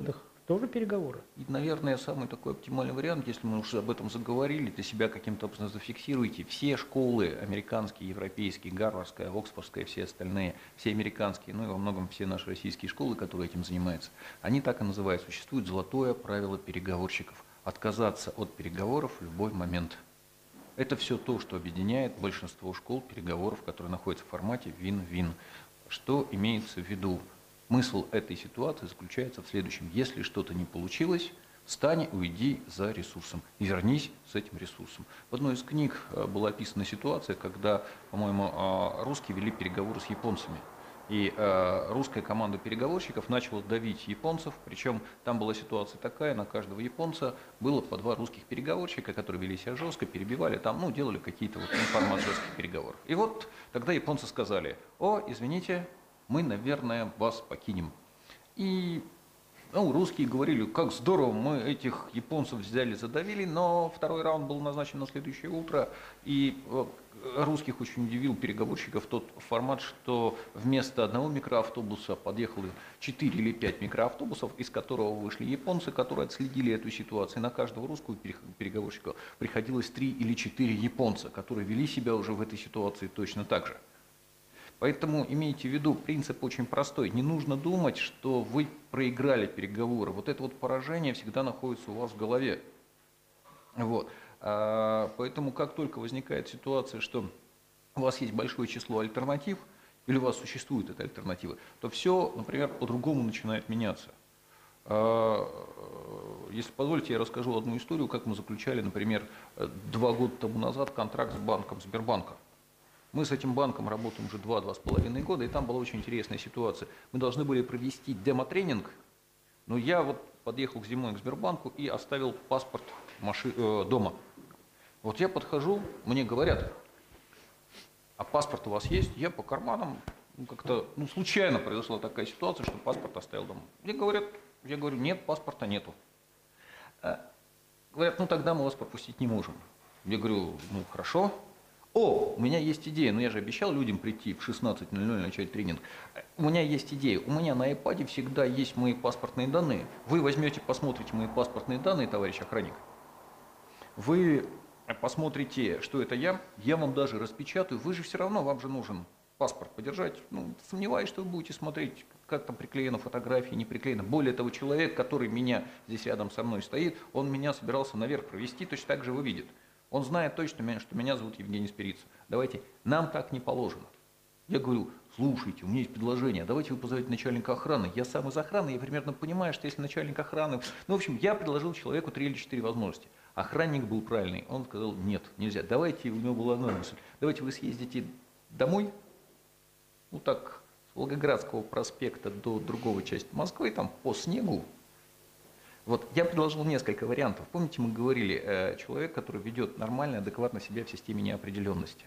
Тоже переговоры. И, наверное, самый такой оптимальный вариант, если мы уже об этом заговорили, для себя каким-то образом зафиксируйте. Все школы, американские, европейские, гарвардская, оксфордская, все остальные, все американские, ну и во многом все наши российские школы, которые этим занимаются, они так и называют. Существует золотое правило переговорщиков. Отказаться от переговоров в любой момент. Это все то, что объединяет большинство школ переговоров, которые находятся в формате вин-вин. Что имеется в виду? Смысл этой ситуации заключается в следующем. Если что-то не получилось, встань и уйди за ресурсом. И вернись с этим ресурсом. В одной из книг была описана ситуация, когда, по-моему, русские вели переговоры с японцами. И русская команда переговорщиков начала давить японцев. Причем там была ситуация такая, на каждого японца было по два русских переговорщика, которые вели себя жестко, перебивали там, ну, делали какие-то вот информации жестких переговоров. И вот тогда японцы сказали: о, извините, мы, наверное, вас покинем. И ну, русские говорили: как здорово, мы этих японцев взяли, задавили, но второй раунд был назначен на следующее утро, и русских очень удивил переговорщиков тот формат, что вместо одного микроавтобуса подъехало четыре или пять микроавтобусов, из которого вышли японцы, которые отследили эту ситуацию. На каждого русского переговорщика приходилось три или четыре японца, которые вели себя уже в этой ситуации точно так же. Поэтому имейте в виду, принцип очень простой. Не нужно думать, что вы проиграли переговоры. Вот это вот поражение всегда находится у вас в голове. Вот. Поэтому как только возникает ситуация, что у вас есть большое число альтернатив, или у вас существуют эти альтернативы, то все, например, по-другому начинает меняться. Если позволите, я расскажу одну историю, как мы заключали, например, два года тому назад контракт с банком Сбербанка. Мы с этим банком работаем уже два-два с половиной года, и там была очень интересная ситуация. Мы должны были провести демо-тренинг, но я вот подъехал к зимой к Сбербанку и оставил паспорт маши... э, дома. Вот я подхожу, мне говорят: а паспорт у вас есть? Я по карманам, ну, как-то ну, случайно произошла такая ситуация, что паспорт оставил дома. Мне говорят, я говорю: нет, паспорта нету. А, говорят: ну тогда мы вас пропустить не можем. Я говорю: ну хорошо. О, у меня есть идея, но я же обещал людям прийти в шестнадцать ноль ноль начать тренинг. У меня есть идея, у меня на iPad всегда есть мои паспортные данные. Вы возьмете, посмотрите мои паспортные данные, товарищ охранник. Вы посмотрите, что это я, я вам даже распечатаю. Вы же все равно, вам же нужен паспорт подержать. Ну, сомневаюсь, что вы будете смотреть, как там приклеена фотография, не приклеена. Более того, человек, который меня здесь рядом со мной стоит, он меня собирался наверх провести, точно так же выведет. Он знает точно, что меня зовут Евгений Спиридцев. Давайте, нам так не положено. Я говорю: слушайте, у меня есть предложение, давайте вы позовете начальника охраны. Я сам из охраны, я примерно понимаю, что если начальник охраны... Ну, в общем, я предложил человеку три или четыре возможности. Охранник был правильный, он сказал: нет, нельзя. Давайте, у него была одна мысль, давайте вы съездите домой, ну так, с Волгоградского проспекта до другого части Москвы, там по снегу. Вот, я предложил несколько вариантов. Помните, мы говорили, э, человек, который ведет нормально, адекватно себя в системе неопределенности.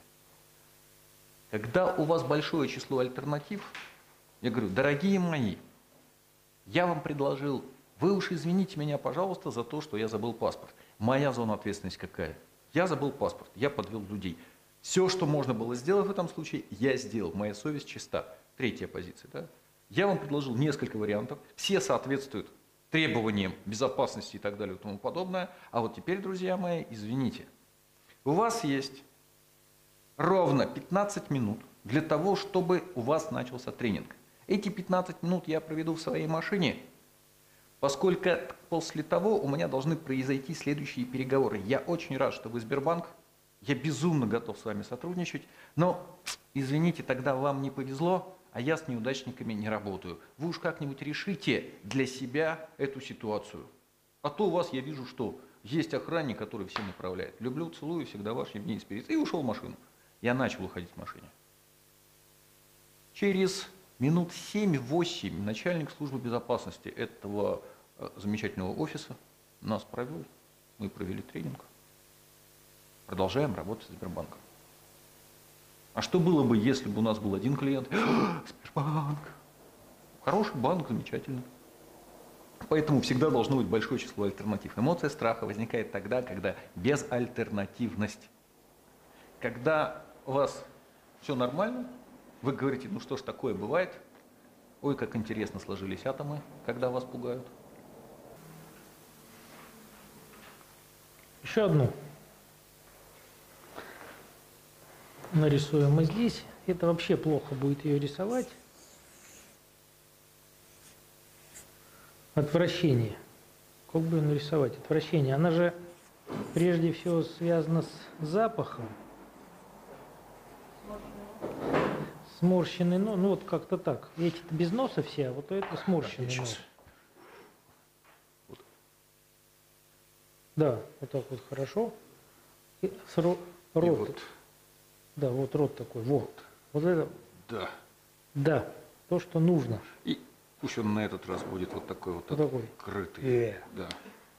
Когда у вас большое число альтернатив, я говорю: дорогие мои, я вам предложил, вы уж извините меня, пожалуйста, за то, что я забыл паспорт. Моя зона ответственности какая? Я забыл паспорт, я подвел людей. Все, что можно было сделать в этом случае, я сделал. Моя совесть чиста. Третья позиция. Да? Я вам предложил несколько вариантов, все соответствуют требованиям безопасности и так далее и тому подобное. А вот теперь, друзья мои, извините, у вас есть ровно пятнадцать минут для того, чтобы у вас начался тренинг. Эти пятнадцать минут я проведу в своей машине, поскольку после того у меня должны произойти следующие переговоры. Я очень рад, что вы Сбербанк, я безумно готов с вами сотрудничать, но, извините, тогда вам не повезло, а я с неудачниками не работаю. Вы уж как-нибудь решите для себя эту ситуацию. А то у вас, я вижу, что есть охранник, который всем управляет. Люблю, целую, всегда ваш Евгений Спиридцев. И ушел в машину. Я начал уходить в машине. Через минут семь-восемь начальник службы безопасности этого замечательного офиса нас провел. Мы провели тренинг. Продолжаем работать с Сбербанком. А что было бы, если бы у нас был один клиент? Сбербанк. Хороший банк, замечательно. Поэтому всегда должно быть большое число альтернатив. Эмоция страха возникает тогда, когда безальтернативность. Когда у вас все нормально, вы говорите: ну что ж такое бывает, ой, как интересно сложились атомы, когда вас пугают. Еще одну нарисуем мы здесь. Это вообще плохо будет ее рисовать. Отвращение. Как бы ее нарисовать? Отвращение. Она же прежде всего связана с запахом. Сморщенный нос. Ну вот как-то так. Эти-то без носа все, а вот это сморщенный Сейчас. нос. Да, вот так вот хорошо. И с ро- И рот. вот, Да, вот рот такой. Вот. Вот это. да. Да. То, что нужно. И пусть он на этот раз будет вот такой вот Вот такой. открытый. Э. Да.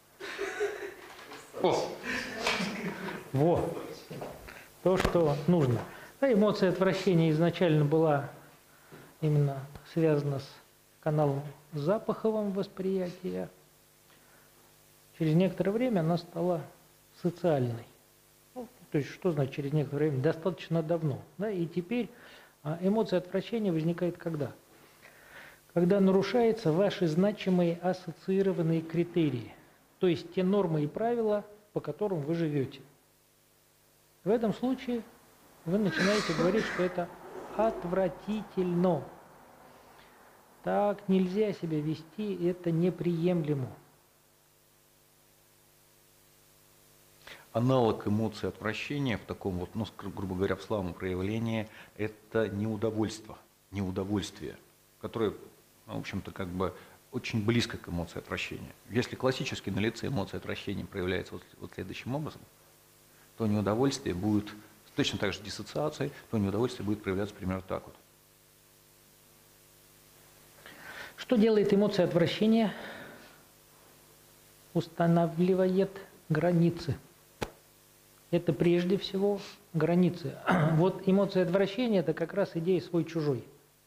О! Вот. То, что нужно. А эмоция отвращения изначально была именно связана с каналом запаховым восприятия. Через некоторое время она стала социальной. Ну, то есть, что значит через некоторое время? Достаточно давно. Да? И теперь а, эмоция отвращения возникает когда? Когда нарушаются ваши значимые ассоциированные критерии. То есть те нормы и правила, по которым вы живете. В этом случае вы начинаете говорить, что это отвратительно. Так нельзя себя вести, это неприемлемо. Аналог эмоции отвращения в таком вот, ну, скр- грубо говоря, в слабом проявлении, это неудовольство, неудовольствие, которое, ну, в общем-то, как бы очень близко к эмоции отвращения. Если классически на лице эмоция отвращения проявляется вот, вот следующим образом, то неудовольствие будет, точно так же диссоциацией, то неудовольствие будет проявляться примерно так вот. Что делает эмоция отвращения? Устанавливает границы. Это прежде всего границы. Вот эмоция отвращения – это как раз идея свой-чужой.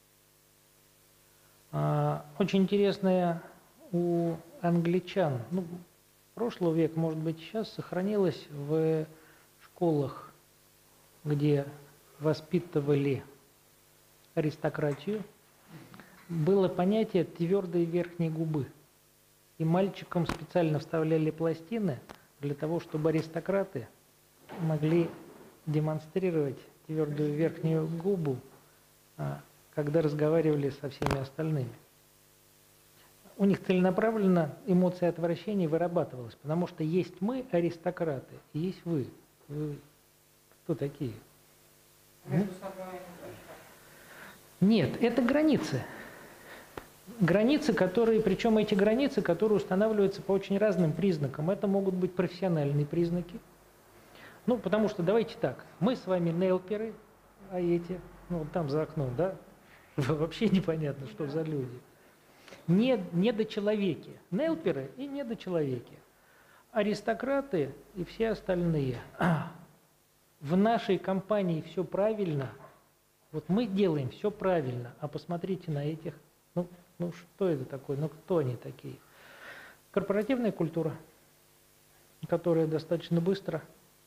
Очень интересная у англичан, ну, прошлого века, может быть, сейчас сохранилась в школах, где воспитывали аристократию, было понятие твердой верхней губы. И мальчикам специально вставляли пластины для того, чтобы аристократы могли демонстрировать твердую верхнюю губу, когда разговаривали со всеми остальными. У них целенаправленно эмоция отвращения вырабатывалась, потому что есть мы, аристократы, и есть вы. Вы кто такие? Между собой они тоже так. Нет, это границы. Границы, которые, причем эти границы, которые устанавливаются по очень разным признакам. Это могут быть профессиональные признаки. Ну, потому что, давайте так, мы с вами нейлперы, а эти, ну, вот там за окном, да, вообще непонятно, что за люди. Не, недочеловеки. Нейлперы и недочеловеки. Аристократы и все остальные. В нашей компании все правильно. Вот мы делаем все правильно, а посмотрите на этих. Ну, ну что это такое? Ну кто они такие? Корпоративная культура, которая достаточно быстро.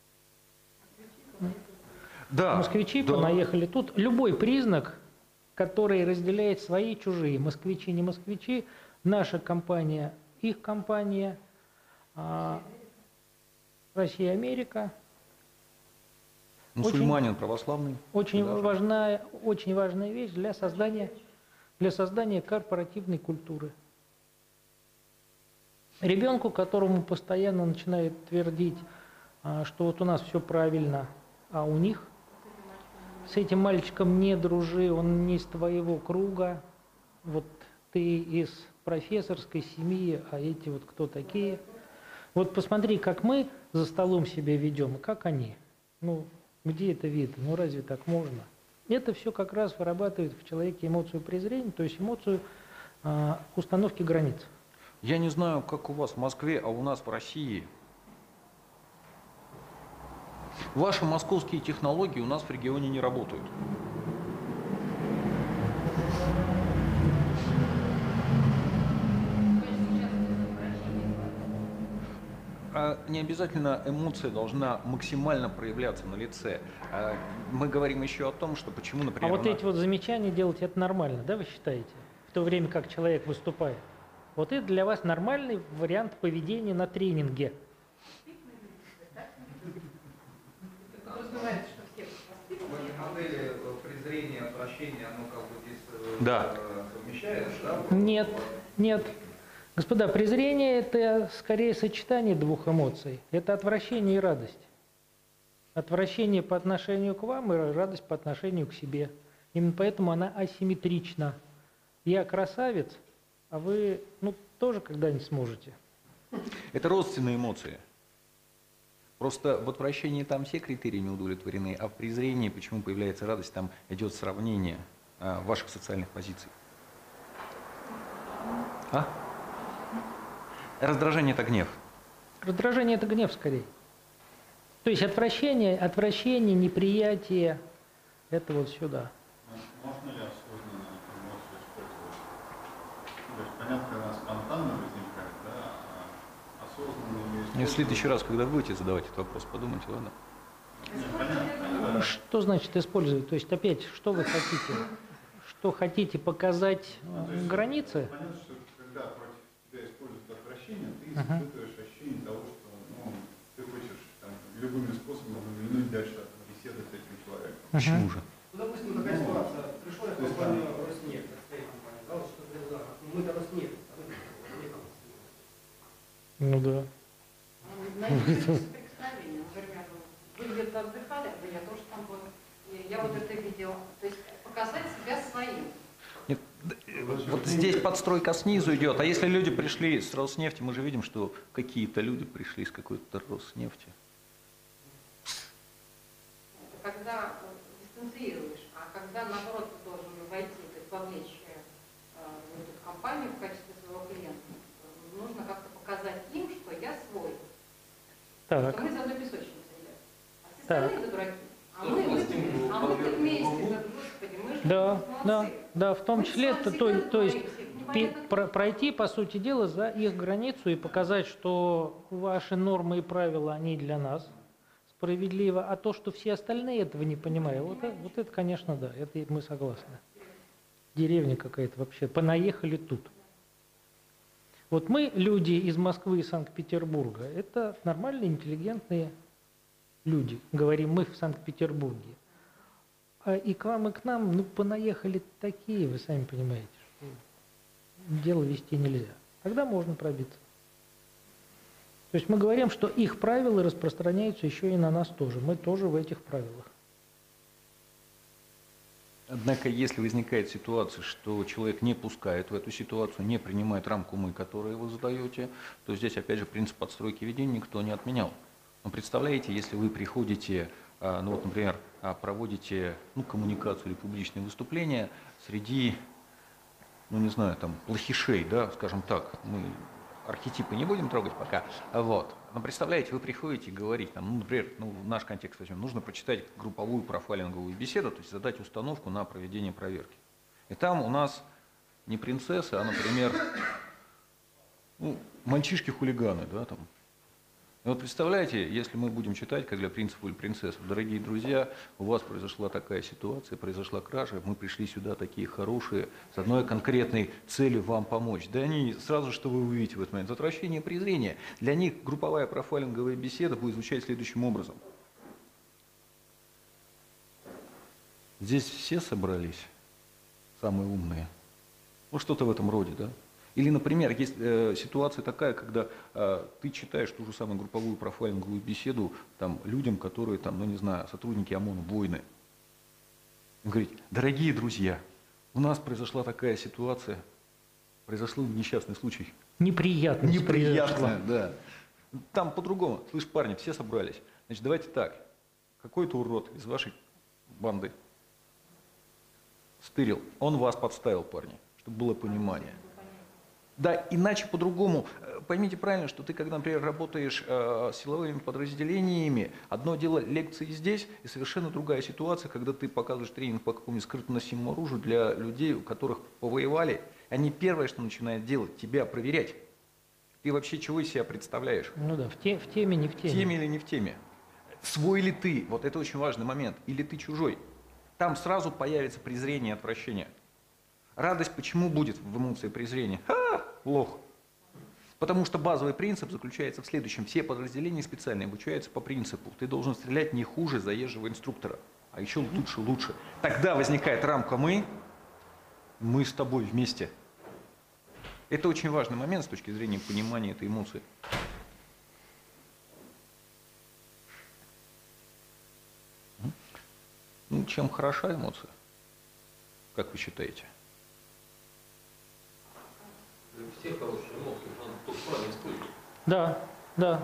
Да, Москвичи да. понаехали тут. Любой признак, который разделяет свои и чужие. Москвичи, не москвичи. Наша компания, их компания. А, Россия, Америка. Мусульманин православный. Очень Да. важная, очень важная вещь для создания, для создания корпоративной культуры. Ребенку, которому постоянно начинают твердить, а, что вот у нас все правильно, а у них, с этим мальчиком не дружи, он не из твоего круга, вот ты из профессорской семьи, а эти вот кто такие. Вот посмотри, как мы за столом себя ведем, и как они. Ну, где это видно? Ну, разве так можно? Это все как раз вырабатывает в человеке эмоцию презрения, то есть эмоцию э, установки границ. Я не знаю, как у вас в Москве, а у нас в России. Ваши московские технологии у нас в регионе не работают. А не обязательно эмоция должна максимально проявляться на лице. А мы говорим еще о том, что почему, А например, вот на- эти вот замечания делать это нормально, да, вы считаете? В то время как человек выступает. Вот это для вас нормальный вариант поведения на тренинге. отвращение, оно как бы здесь э, Да. совмещается, да? Нет, нет. Господа, презрение – это скорее сочетание двух эмоций. Это отвращение и радость. Отвращение по отношению к вам и радость по отношению к себе. Именно поэтому она асимметрична. Я красавец, а вы ну, тоже когда-нибудь сможете. Это родственные эмоции. Просто в отвращении там все критерии не удовлетворены, а в презрении, почему появляется радость, там идет сравнение а, ваших социальных позиций. А? Раздражение – это гнев. Раздражение – это гнев скорее. То есть отвращение, отвращение, неприятие – это вот сюда. Можно ли осознанно эту эмоцию использовать? То есть понятно, когда она спонтанно возникает, да, а осознанно ее использовать. И в следующий раз, когда будете задавать этот вопрос, подумайте, ладно? Нет, понятно. Что значит использовать? То есть опять, что вы хотите? Что хотите показать Ну, то есть, границы? Понятно, что когда против тебя используют отвращение, ты Ага. испытываешь ощущение того, что ну, ты хочешь там, любыми способами увильнуть дальше от беседы с этим человеком. Почему же? Ну, допустим, такая ситуация. Пришла я в компанию Роснефть, это своей компании, да, вот что-то говорит, да, мы-то Роснефть, а вы не там. Ну да. Найти соприкосновение. Например, вы где-то отдыхали, а я тоже там была. И я вот это видела. То есть показать себя своим. Нет, вот здесь подстройка снизу идет, а если люди пришли с Роснефти, мы же видим, что какие-то люди пришли с какой-то Роснефти. Это когда дистанцируешь, а когда, наоборот, ты должен войти, то есть вовлечь э, в эту компанию в качестве своего клиента, нужно как-то показать им, что я свой. Так. Что мы за одной песочнице едем. А все Так. остальные это дураки. А Да, мы, мы, стимул а мы тут подвергнуть вместе, врагу. да, господи, мы же Да, молодцы. да, да, в том Мы числе, сам то, себя то, то есть говорим, всех пе- непонятно про- кто. пройти, по сути дела, за их границу и показать, что ваши нормы и правила, они для нас справедливо, а то, что все остальные этого не понимают, вот, это- вот это, конечно, да, это мы согласны. Деревня какая-то вообще, понаехали тут. Вот мы, люди из Москвы и Санкт-Петербурга, это нормальные, интеллигентные люди, говорим мы в Санкт-Петербурге. А и к вам, и к нам, ну, понаехали такие, вы сами понимаете, что дело вести нельзя. Тогда можно пробиться. То есть мы говорим, что их правила распространяются еще и на нас тоже. Мы тоже в этих правилах. Однако, если возникает ситуация, что человек не пускает в эту ситуацию, не принимает рамку «мы», которую вы задаете, то здесь, опять же, принцип подстройки ведения никто не отменял. Но представляете, если вы приходите, а, ну вот, например, а, проводите ну, коммуникацию или публичные выступления среди, ну не знаю, там, плохишей, да, скажем так, мы архетипы не будем трогать пока, вот. Но представляете, вы приходите и говорите, там, ну, например, ну, в наш контекст возьмем, нужно прочитать групповую профайлинговую беседу, то есть задать установку на проведение проверки. И там у нас не принцессы, а, например, ну, мальчишки-хулиганы, да, там. И вот представляете, если мы будем читать, как для принцев или принцесс, дорогие друзья, у вас произошла такая ситуация, произошла кража, мы пришли сюда такие хорошие, с одной конкретной целью вам помочь. Да они сразу, что вы увидите в этот момент, отвращение и презрение. Для них групповая профайлинговая беседа будет звучать следующим образом. Здесь все собрались, самые умные. Ну что-то в этом роде, да? Или, например, есть э, ситуация такая, когда э, ты читаешь ту же самую групповую профайлинговую беседу там, людям, которые, там, ну не знаю, сотрудники ОМОНа, воины. Он говорит, дорогие друзья, у нас произошла такая ситуация, произошел несчастный случай. Неприятно. Неприятно, да. Там по-другому. Слышь, парни, все собрались. Значит, давайте так. Какой-то урод из вашей банды стырил. Он вас подставил, парни, чтобы было понимание. Да, иначе по-другому. Поймите правильно, что ты, когда, например, работаешь э, с силовыми подразделениями, одно дело лекции здесь, и совершенно другая ситуация, когда ты показываешь тренинг по какому-нибудь скрытоносимому оружию для людей, у которых повоевали, они первое, что начинают делать, тебя проверять. Ты вообще чего из себя представляешь? Ну да, в, те, в теме, не в теме. В теме или не в теме? Свой ли ты? Вот это очень важный момент. Или ты чужой? Там сразу появится презрение и отвращение. Радость почему будет в эмоции презрения? Ха, лох. Потому что базовый принцип заключается в следующем. Все подразделения специально обучаются по принципу. Ты должен стрелять не хуже заезжего инструктора. а еще лучше, лучше. Тогда возникает рамка «мы», мы с тобой вместе. Это очень важный момент с точки зрения понимания этой эмоции. Ну, чем хороша эмоция? Как вы считаете? Все хорошие эмоции, надо только правильно использовать. Да, да.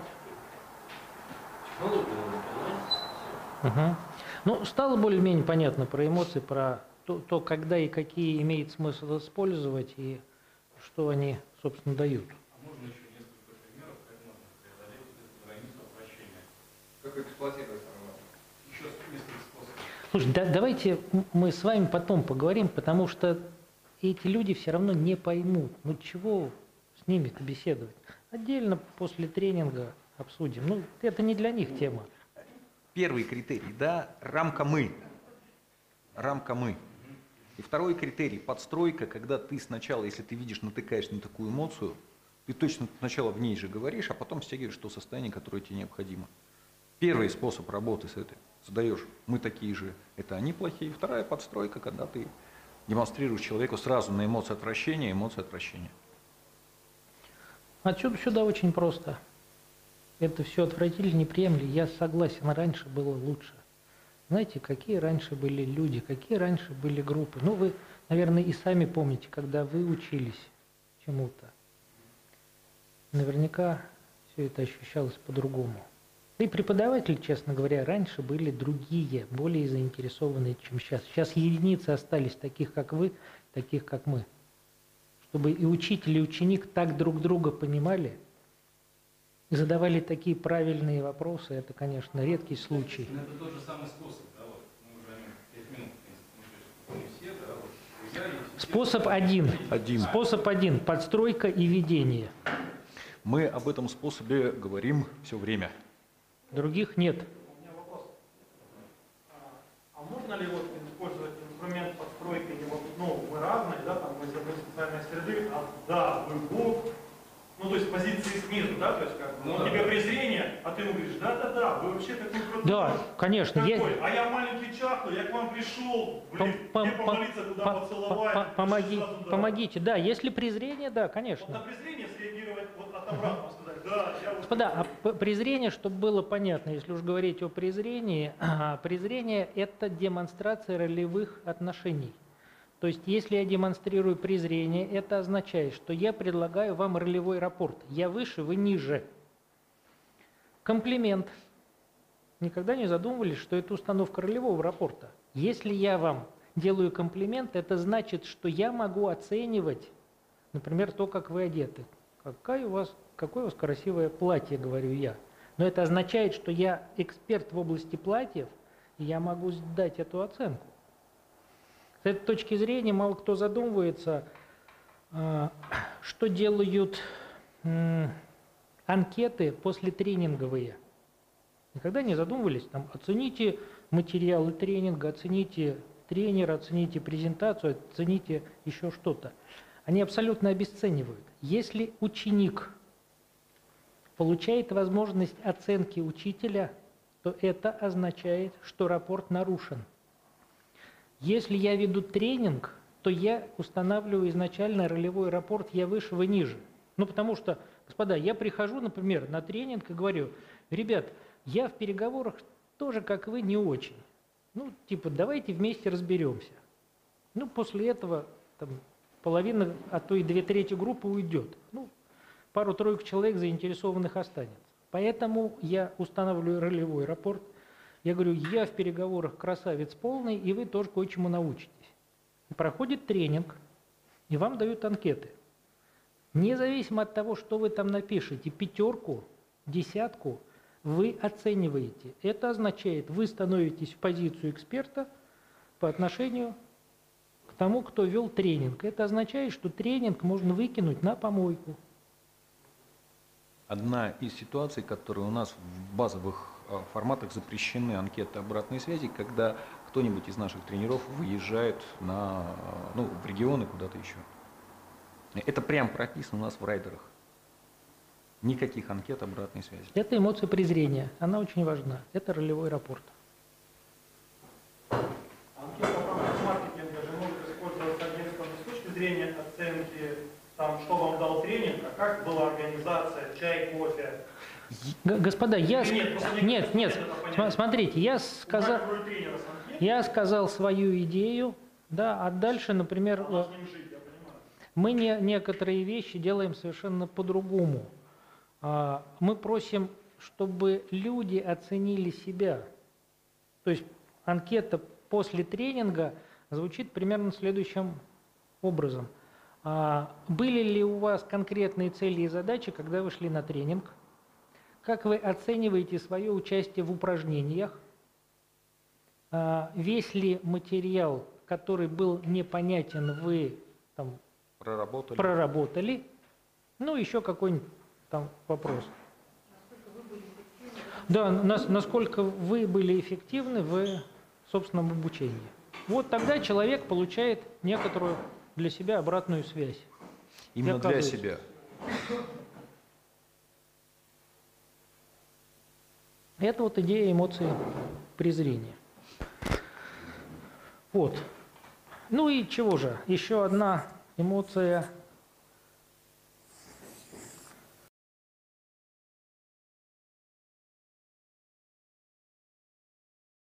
Технологию надо понимать. Угу. Ну, стало более-менее понятно про эмоции, про то, то, когда и какие имеет смысл использовать, и что они, собственно, дают. А можно еще несколько примеров, как можно преодолеть эту границу отвращения? Как эксплуатировать самое главное? Еще несколько способов. Слушай, да, давайте мы с вами потом поговорим, потому что эти люди все равно не поймут. Ну чего с ними-то беседовать? Отдельно после тренинга обсудим. Ну, это не для них тема. Первый критерий, да, рамка «мы». Рамка «мы». И второй критерий – подстройка, когда ты сначала, если ты видишь, натыкаешься на такую эмоцию, ты точно сначала в ней же говоришь, а потом стягиваешь то состояние, которое тебе необходимо. Первый способ работы с этой. Задаешь «мы такие же, это они плохие». Вторая подстройка, когда ты демонстрируешь человеку сразу на эмоции отвращения, эмоции отвращения. Отсюда сюда очень просто. Это все отвратительно, неприемлемо. Я согласен, раньше было лучше. Знаете, какие раньше были люди, какие раньше были группы. Ну, вы, наверное, и сами помните, когда вы учились чему-то. Наверняка все это ощущалось по-другому. Да и преподаватели, честно говоря, раньше были другие, более заинтересованные, чем сейчас. Сейчас единицы остались таких, как вы, таких, как мы. Чтобы и учитель, и ученик так друг друга понимали, и задавали такие правильные вопросы, это, конечно, редкий случай. Но это тот же самый способ, да, вот, мы уже пять минут, ну, то есть, не все, да, вот, друзья, и Способ один. Один. Способ один. Подстройка и ведение. Мы об этом способе говорим все время. Других нет. У меня вопрос. А, а можно ли вот использовать инструмент подстройки, и вот, ну, мы разные, да, там, мы из одной социальной среды, а да, вы Бог, ну, то есть позиции снизу, да, то есть как бы, Ну, у да. тебя презрение, а ты ему говоришь, да-да-да, вы вообще такой крутой. Да, конечно. Такой, Я- а я маленький чахлый, я к вам пришел, блин, Пом- где пом- помолиться, куда пом- поцеловать. пом- помоги- сразу да. Помогите. Да, если презрение, да, Вот на конечно. презрение среагировать, вот от обратного сказать, да, я вот... Господа, а п- презрение, чтобы было понятно, если уж говорить о презрении, презрение – это демонстрация ролевых отношений. То есть, если я демонстрирую презрение, это означает, что я предлагаю вам ролевой рапорт. Я выше, вы ниже. Комплимент. Никогда не задумывались, что это установка ролевого рапорта. Если я вам делаю комплимент, это значит, что я могу оценивать, например, то, как вы одеты. Какая у вас, какое у вас красивое платье, говорю я. Но это означает, что я эксперт в области платьев, и я могу дать эту оценку. С этой точки зрения мало кто задумывается, что делают анкеты после тренинговые. Никогда не задумывались? Там, оцените материалы тренинга, оцените тренера, оцените презентацию, оцените еще что-то. Они абсолютно обесценивают. Если ученик получает возможность оценки учителя, то это означает, что рапорт нарушен. Если я веду тренинг, то я устанавливаю изначально ролевой рапорт «я выше, вы ниже». Ну, потому что, господа, я прихожу, например, на тренинг и говорю, ребят, я в переговорах тоже, как вы, не очень. Ну, типа, давайте вместе разберемся. Ну, после этого там, половина, а то и две трети группы уйдет. Ну, пару-тройку человек заинтересованных останется. Поэтому я устанавливаю ролевой рапорт. Я говорю, я в переговорах красавец полный, и вы тоже кое-чему научитесь. Проходит тренинг, и вам дают анкеты. Независимо от того, что вы там напишете, пятерку, десятку, вы оцениваете. Это означает, вы становитесь в позицию эксперта по отношению к тому, кто вел тренинг. Это означает, что тренинг можно выкинуть на помойку. Одна из ситуаций, которые у нас в базовых форматах запрещены анкеты обратной связи, когда кто-нибудь из наших тренеров выезжает на, ну, в регионы куда-то еще. Это прям прописано у нас в райдерах. Никаких анкет обратной связи. Это эмоция презрения. Она очень важна. Это ролевой рапорт. оценки, там, что вам дал тренинг, а как была организация, чай, кофе. Г- Господа, я... с- Нет, просто Нет, нет, это см- понятно. смотрите, я сказал, Убрать роль тренера с анкеты, я сказал свою идею, да, а дальше, например, а э, с ним жить, я понимаю. мы не, некоторые вещи делаем совершенно по-другому. А, Мы просим, чтобы люди оценили себя. То есть анкета после тренинга звучит примерно следующим образом. А, Были ли у вас конкретные цели и задачи, когда вы шли на тренинг? Как вы оцениваете свое участие в упражнениях? А, Весь ли материал, который был непонятен, вы там Проработали. проработали? Ну, еще какой-нибудь там вопрос. Да, нас- насколько вы были эффективны в собственном обучении. Вот тогда человек получает некоторую для себя обратную связь. Именно для оказывается. себя. Это вот идея эмоций презрения. Вот. Ну и чего же? Еще одна эмоция